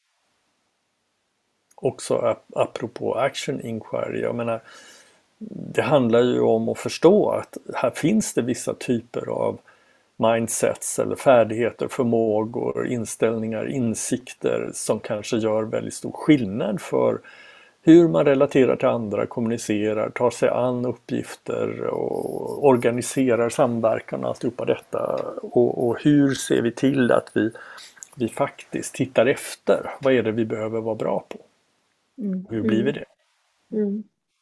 Också apropå action inquiry, jag menar, det handlar ju om att förstå att här finns det vissa typer av mindsets eller färdigheter, förmågor, inställningar, insikter som kanske gör väldigt stor skillnad för hur man relaterar till andra, kommunicerar, tar sig an uppgifter och organiserar samverkan och alltihopa detta. Och, och hur ser vi till att vi, vi faktiskt tittar efter, vad är det vi behöver vara bra på? Mm. Hur blir vi det? Mm.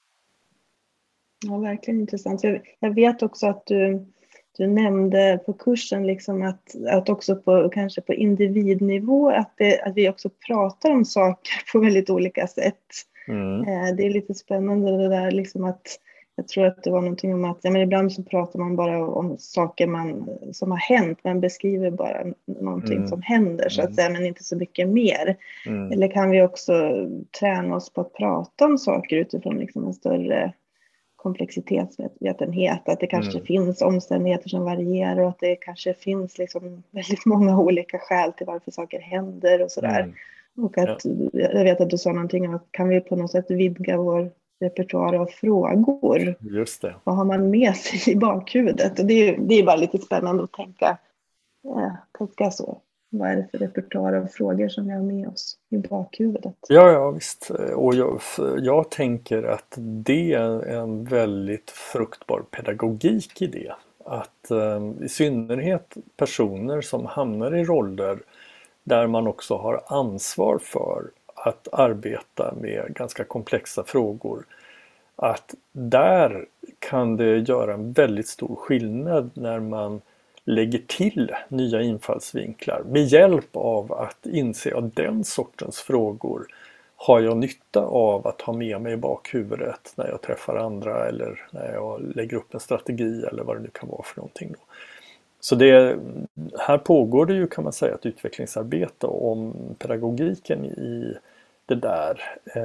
Ja, verkligen intressant. Jag, jag vet också att du, du nämnde på kursen liksom att, att också på, kanske på individnivå att, det, att vi också pratar om saker på väldigt olika sätt. Mm. Eh, det är lite spännande det där liksom att jag tror att det var någonting om att ja, men ibland så pratar man bara om saker man, som har hänt, man beskriver bara någonting mm. som händer så att mm. säga, men inte så mycket mer. Mm. Eller kan vi också träna oss på att prata om saker utifrån liksom en större komplexitetsvetenhet, att det kanske mm. finns omständigheter som varierar och att det kanske finns liksom väldigt många olika skäl till varför saker händer och sådär. Mm. Och att, ja. Jag vet att du sa någonting om att kan vi på något sätt vidga vår repertoar av frågor. Just det. Vad har man med sig i bakhuvudet? Och det är, det är bara lite spännande att tänka, eh, tänka så. Vad är det för repertoar av frågor som vi har med oss i bakhuvudet? Ja, ja visst. Och jag, jag tänker att det är en väldigt fruktbar pedagogik i det. Att eh, i synnerhet personer som hamnar i roller där man också har ansvar för att arbeta med ganska komplexa frågor. Att där kan det göra en väldigt stor skillnad när man lägger till nya infallsvinklar med hjälp av att inse att den sortens frågor har jag nytta av att ha med mig i bakhuvudet när jag träffar andra eller när jag lägger upp en strategi eller vad det nu kan vara för någonting då. Så det, här pågår det ju kan man säga ett utvecklingsarbete om pedagogiken i det där.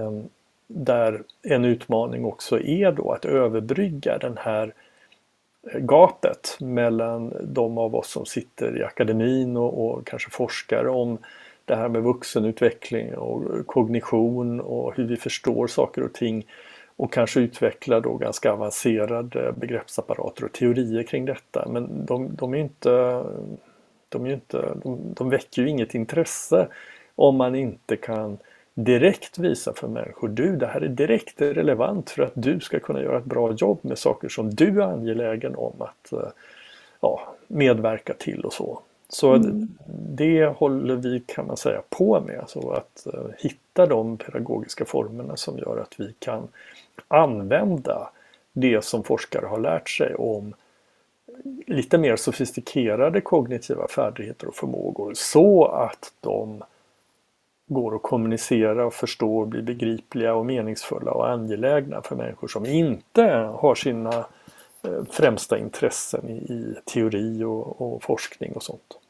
Där en utmaning också är då att överbrygga den här gapet mellan de av oss som sitter i akademin och, och kanske forskar om det här med vuxenutveckling och kognition och hur vi förstår saker och ting och kanske utvecklar då ganska avancerade begreppsapparater och teorier kring detta. Men de, de är inte, de, är inte de, de väcker ju inget intresse om man inte kan direkt visa för människor, du, det här är direkt relevant för att du ska kunna göra ett bra jobb med saker som du är angelägen om att ja, medverka till och så. Så mm. det håller vi kan man säga på med, så att uh, hitta de pedagogiska formerna som gör att vi kan använda det som forskare har lärt sig om lite mer sofistikerade kognitiva färdigheter och förmågor så att de går att kommunicera och förstå och bli begripliga och meningsfulla och angelägna för människor som inte har sina främsta intressen i, i teori och, och forskning och sånt.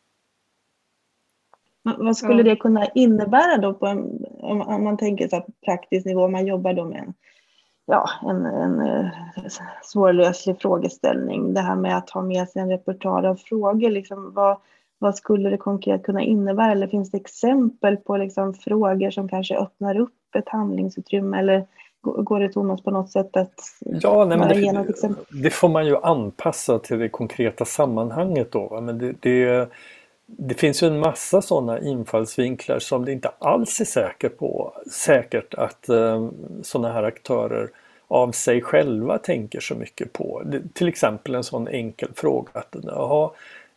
Vad skulle det kunna innebära då på en, om, om man tänker så här på praktisk nivå, om man jobbar då med en, ja, en, en svårlöslig frågeställning, det här med att ha med sig en repertoar av frågor, liksom, vad, vad skulle det konkret kunna innebära, eller finns det exempel på liksom frågor som kanske öppnar upp ett handlingsutrymme, eller går det Thomas på något sätt att ja, nej, men det, något exempel? Det får man ju anpassa till det konkreta sammanhanget då, va? Men det, det, det finns ju en massa sådana infallsvinklar som det inte alls är säker på, säkert att eh, sådana här aktörer av sig själva tänker så mycket på. Det, till exempel en sån enkel fråga att jaha,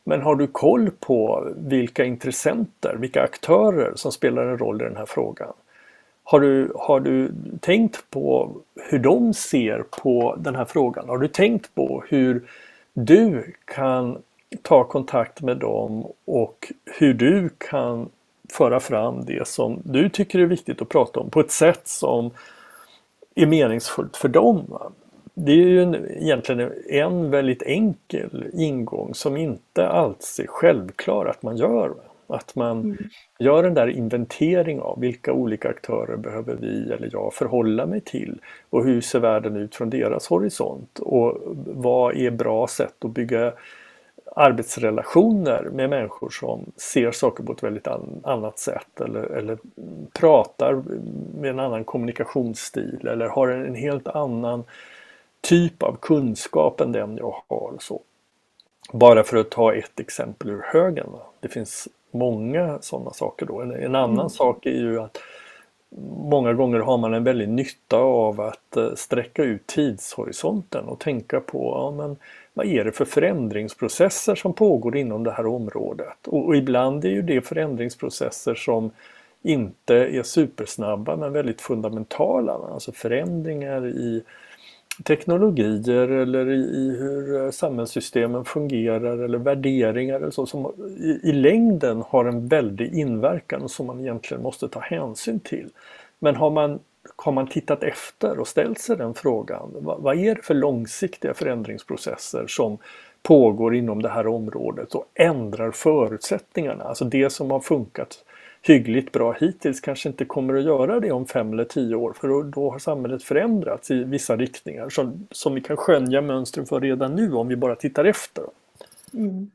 Men har du koll på vilka intressenter, vilka aktörer som spelar en roll i den här frågan? Har du, har du tänkt på hur de ser på den här frågan? Har du tänkt på hur du kan ta kontakt med dem och hur du kan föra fram det som du tycker är viktigt att prata om på ett sätt som är meningsfullt för dem? Det är ju en, egentligen en väldigt enkel ingång som inte alls är självklar att man gör. Att man mm. gör den där inventering av vilka olika aktörer behöver vi eller jag förhålla mig till och hur ser världen ut från deras horisont och vad är bra sätt att bygga arbetsrelationer med människor som ser saker på ett väldigt an- annat sätt eller, eller pratar med en annan kommunikationsstil eller har en, en helt annan typ av kunskap än den jag har. Så. Bara för att ta ett exempel ur högen. Va? Det finns många sådana saker då. En, en annan mm. sak är ju att många gånger har man en väldigt nytta av att uh, sträcka ut tidshorisonten och tänka på ja, men, vad är det för förändringsprocesser som pågår inom det här området. Och, och ibland är ju det förändringsprocesser som inte är supersnabba men väldigt fundamentala. Va? Alltså förändringar i teknologier eller i, i hur samhällssystemen fungerar eller värderingar eller så som i, i längden har en väldig inverkan som man egentligen måste ta hänsyn till. Men har man, har man tittat efter och ställt sig den frågan, vad, vad är det för långsiktiga förändringsprocesser som pågår inom det här området och ändrar förutsättningarna? Alltså det som har funkat hyggligt bra hittills kanske inte kommer att göra det om fem eller tio år för då, då har samhället förändrats i vissa riktningar som, som vi kan skönja mönster för redan nu om vi bara tittar efter. Mm.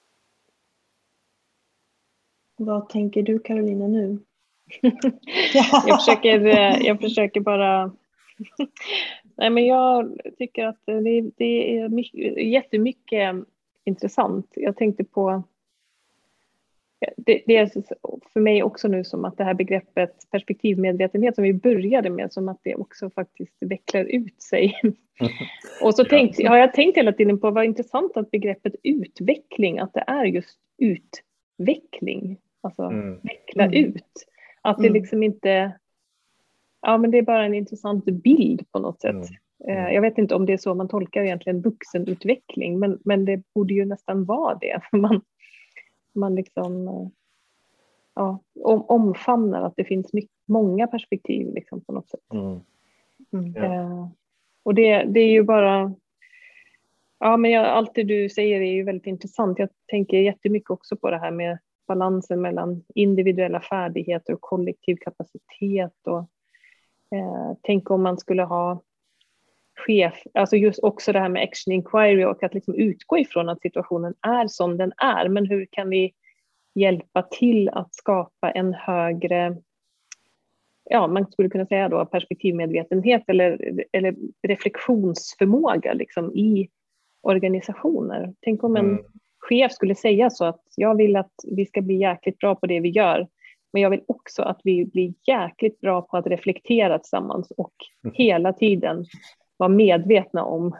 Vad tänker du Carolina nu? jag, försöker, jag försöker bara... Nej, men jag tycker att det, det är mycket, jättemycket intressant. Jag tänkte på... Det, det är för mig också nu som att det här begreppet perspektivmedvetenhet som vi började med, som att det också faktiskt vecklar ut sig. Och så tänkt, har jag tänkt hela tiden på vad intressant att begreppet utveckling, att det är just utveckling. Alltså mm. veckla mm. ut. Att det liksom inte, ja men det är bara en intressant bild på något sätt. Mm. Mm. Jag vet inte om det är så man tolkar egentligen vuxenutveckling, men, men det borde ju nästan vara det. För man man liksom ja, omfamnar att det finns mycket, många perspektiv liksom på något sätt. Mm. Mm. Ja. Eh, och det, det är ju bara ja men jag, allt det du säger är ju väldigt intressant. Jag tänker jättemycket också på det här med balansen mellan individuella färdigheter och kollektiv kapacitet och eh, tänk om man skulle ha chef, alltså just också det här med action inquiry och att liksom utgå ifrån att situationen är som den är, men hur kan vi hjälpa till att skapa en högre, ja man skulle kunna säga då perspektivmedvetenhet eller, eller reflektionsförmåga liksom i organisationer. Tänk om en mm. chef skulle säga så att jag vill att vi ska bli jäkligt bra på det vi gör, men jag vill också att vi blir jäkligt bra på att reflektera tillsammans och mm. hela tiden vara medvetna om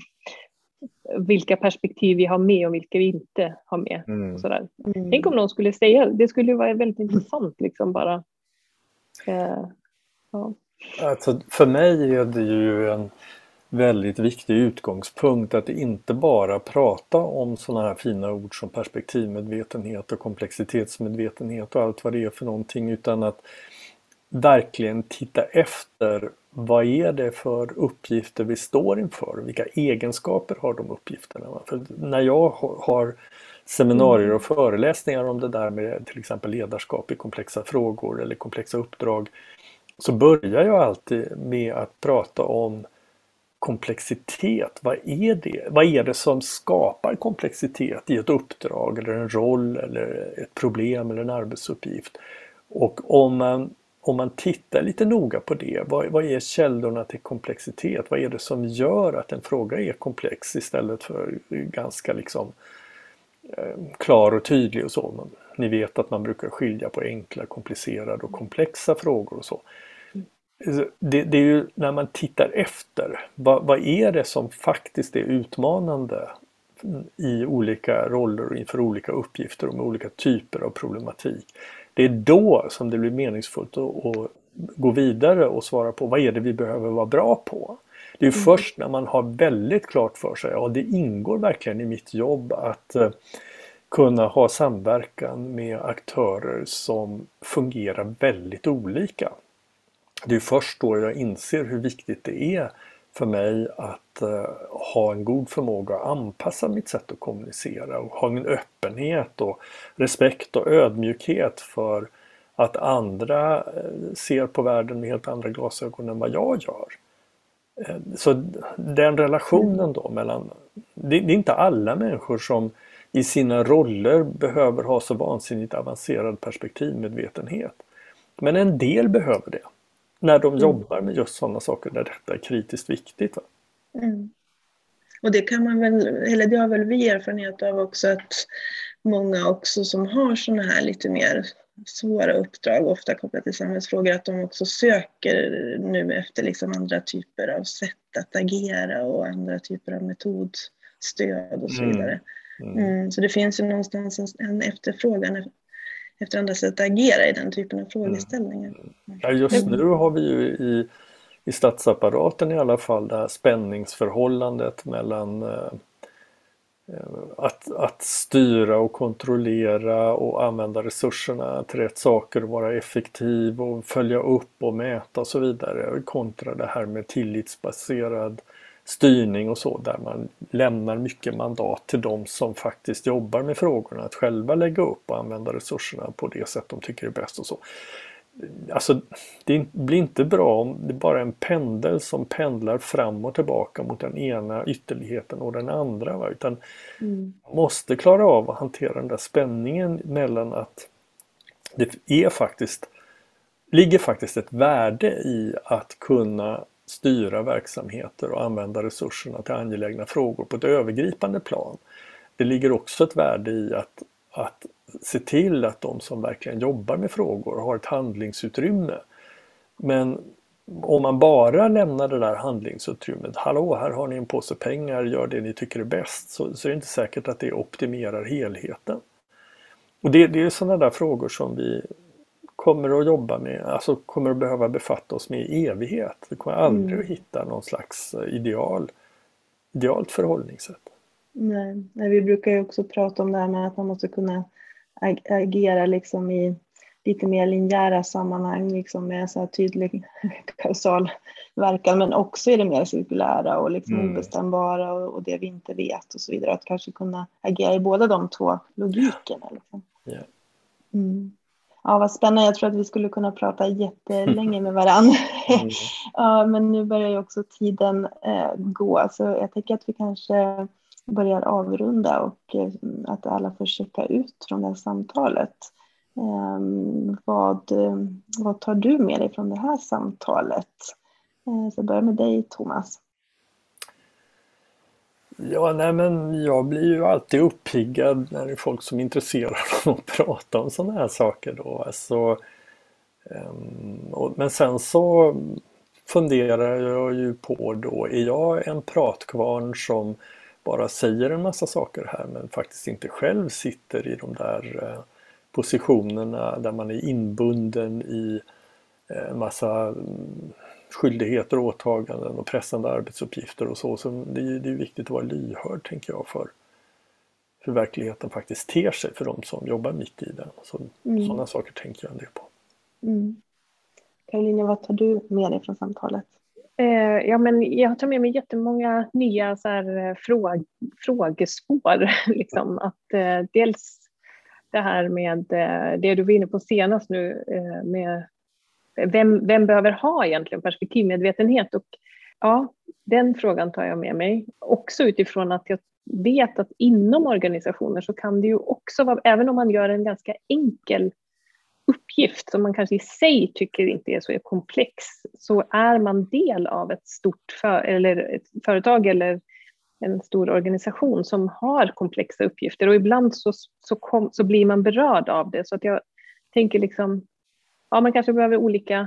vilka perspektiv vi har med och vilka vi inte har med. Mm. Och sådär. Mm. Tänk om någon skulle säga, det skulle vara väldigt intressant liksom bara. Eh, ja. Alltså, för mig är det ju en väldigt viktig utgångspunkt att inte bara prata om sådana här fina ord som perspektivmedvetenhet och komplexitetsmedvetenhet och allt vad det är för någonting, utan att verkligen titta efter vad är det för uppgifter vi står inför, vilka egenskaper har de uppgifterna. För när jag har seminarier och föreläsningar om det där med till exempel ledarskap i komplexa frågor eller komplexa uppdrag, så börjar jag alltid med att prata om komplexitet. Vad är det? Vad är det som skapar komplexitet i ett uppdrag eller en roll eller ett problem eller en arbetsuppgift? Och om man Om man tittar lite noga på det, vad, vad är källorna till komplexitet? Vad är det som gör att en fråga är komplex istället för ganska liksom, eh, klar och tydlig och så? Man, ni vet att man brukar skilja på enkla, komplicerade och komplexa frågor och så. Det, det är ju när man tittar efter, vad, vad är det som faktiskt är utmanande i olika roller och inför olika uppgifter och med olika typer av problematik. Det är då som det blir meningsfullt att, att gå vidare och svara på vad är det vi behöver vara bra på. Det är mm. först när man har väldigt klart för sig, ja det ingår verkligen i mitt jobb att eh, kunna ha samverkan med aktörer som fungerar väldigt olika. Det är först då jag inser hur viktigt det är för mig att uh, ha en god förmåga att anpassa mitt sätt att kommunicera och ha en öppenhet och respekt och ödmjukhet för att andra uh, ser på världen med helt andra glasögon än vad jag gör. Uh, så den relationen då mellan, det, det är inte alla människor som i sina roller behöver ha så vansinnigt avancerad perspektivmedvetenhet. Men en del behöver det. När de mm. jobbar med just sådana saker där detta är kritiskt viktigt. Va? Mm. Och det kan man väl, eller det har väl vi erfarenhet av också, att många också som har sådana här lite mer svåra uppdrag, ofta kopplat till samhällsfrågor, att de också söker nu efter liksom andra typer av sätt att agera och andra typer av metodstöd och så vidare. Mm. Mm. Så det finns ju någonstans en, en efterfrågan efter andra sätt att agera i den typen av frågeställningar. Mm. Ja, just nu har vi ju i, i statsapparaten i alla fall det här spänningsförhållandet mellan eh, att, att styra och kontrollera och använda resurserna till rätt saker och vara effektiv och följa upp och mäta och så vidare, kontra det här med tillitsbaserad styrning och så, där man lämnar mycket mandat till de som faktiskt jobbar med frågorna att själva lägga upp och använda resurserna på det sätt de tycker är bäst och så. Alltså det blir inte bra om det bara är en pendel som pendlar fram och tillbaka mot den ena ytterligheten och den andra, va? Utan mm. man måste klara av att hantera den där spänningen mellan att det är faktiskt ligger faktiskt ett värde i att kunna styra verksamheter och använda resurserna till angelägna frågor på ett övergripande plan. Det ligger också ett värde i att, att se till att de som verkligen jobbar med frågor har ett handlingsutrymme. Men om man bara lämnar det där handlingsutrymmet, hallå, här har ni en påse pengar, gör det ni tycker är bäst, så, så är det inte säkert att det optimerar helheten. Och det, det är sådana där frågor som vi kommer att jobba med, alltså kommer att behöva befatta oss med i evighet. Vi kommer aldrig mm. att hitta någon slags ideal, idealt förhållningssätt. Nej, vi brukar ju också prata om det här med att man måste kunna ag- agera liksom i lite mer linjära sammanhang, liksom med så här tydlig kausal verkan, men också i det mer cirkulära och liksom mm. obestämbara och, och det vi inte vet och så vidare. Att kanske kunna agera i båda de två logikerna. Liksom. Yeah. Mm. Ja, vad spännande. Jag tror att vi skulle kunna prata jättelänge med varandra. Mm. Ja, men nu börjar ju också tiden eh, gå. Så jag tänker att vi kanske börjar avrunda och eh, att alla får checka ut från det här samtalet. Eh, vad, eh, vad tar du med dig från det här samtalet? Eh, så jag börjar med dig, Thomas. Ja, nej men jag blir ju alltid uppiggad när det är folk som är intresserade av att prata om sådana här saker då. Alltså, um, och, men sen så funderar jag ju på då, är jag en pratkvarn som bara säger en massa saker här men faktiskt inte själv sitter i de där uh, positionerna där man är inbunden i en uh, massa um, skyldigheter och åtaganden och pressande arbetsuppgifter och så. Så det är, det är viktigt att vara lyhörd, tänker jag, för hur verkligheten faktiskt ter sig för de som jobbar mitt i den. Så, mm. Sådana saker tänker jag en del på. Mm. Karolina, vad tar du med dig från samtalet? Eh, ja, men jag tar med mig jättemånga nya så här, fråg, frågespår. liksom. Att, eh, dels det här med eh, det du var inne på senast nu eh, med Vem, vem behöver ha egentligen perspektivmedvetenhet? Och ja, den frågan tar jag med mig. Också utifrån att jag vet att inom organisationer så kan det ju också vara, även om man gör en ganska enkel uppgift som man kanske i sig tycker inte är så komplex, så är man del av ett stort för, eller ett företag eller en stor organisation som har komplexa uppgifter. Och ibland så, så, kom, så blir man berörd av det. Så att jag tänker liksom, ja, man kanske behöver olika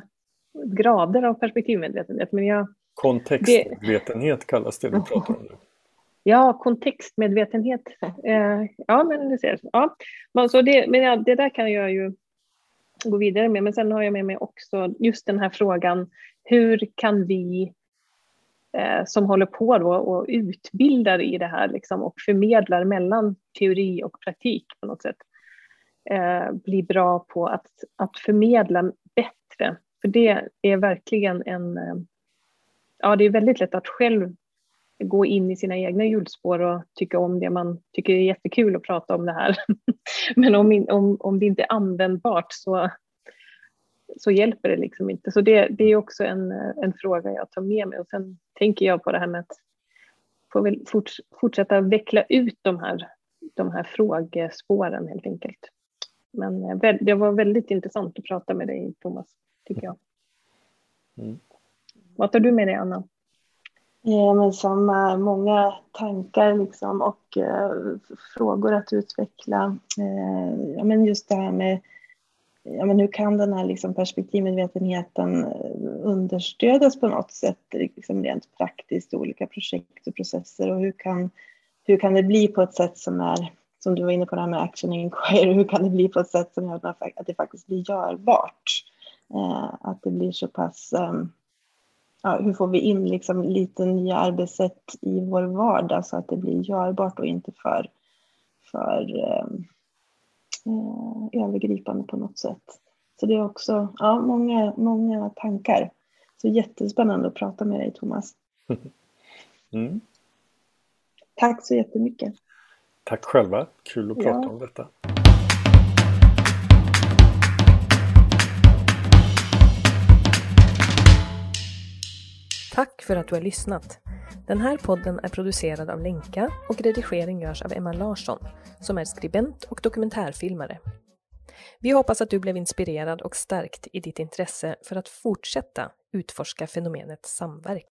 grader av perspektivmedvetenhet. Men jag, kontextmedvetenhet det, kallas det vi pratar om nu. Ja, kontextmedvetenhet. Eh, ja, men det ser ja. Men, så det, men ja, det där kan jag ju gå vidare med. Men sen har jag med mig också just den här frågan. Hur kan vi eh, som håller på då och utbildar i det här liksom, och förmedlar mellan teori och praktik på något sätt eh, bli bra på att, att förmedla bättre. För det är verkligen en... Eh, ja, det är väldigt lätt att själv gå in i sina egna hjulspår och tycka om det man tycker är jättekul att prata om det här. Men om, om, om det inte är användbart så, så hjälper det liksom inte. Så det, det är också en, en fråga jag tar med mig. Och sen tänker jag på det här med att få väl forts, fortsätta veckla ut de här, de här frågespåren helt enkelt. Men det var väldigt intressant att prata med dig, Thomas, tycker jag. Mm. Vad tar du med dig, Anna? Ja, men samma, många tankar liksom och eh, frågor att utveckla. Eh, ja, men just det här med ja, men hur kan den här liksom perspektivmedvetenheten understödas på något sätt liksom rent praktiskt i olika projekt och processer, och hur kan, hur kan det bli på ett sätt som är, som du var inne på det här med action inquiry, hur kan det bli på ett sätt som gör att det faktiskt blir görbart, eh, att det blir så pass eh, ja, hur får vi in liksom lite nya arbetssätt i vår vardag så att det blir görbart och inte för, för eh, eh, övergripande på något sätt. Så det är också ja, många, många tankar. Så jättespännande att prata med dig, Thomas. Mm. Tack så jättemycket. Tack själva. Kul att prata ja. om detta. Tack för att du har lyssnat. Den här podden är producerad av Lenka och redigering görs av Emma Larsson, som är skribent och dokumentärfilmare. Vi hoppas att du blev inspirerad och stärkt i ditt intresse för att fortsätta utforska fenomenet samverkan.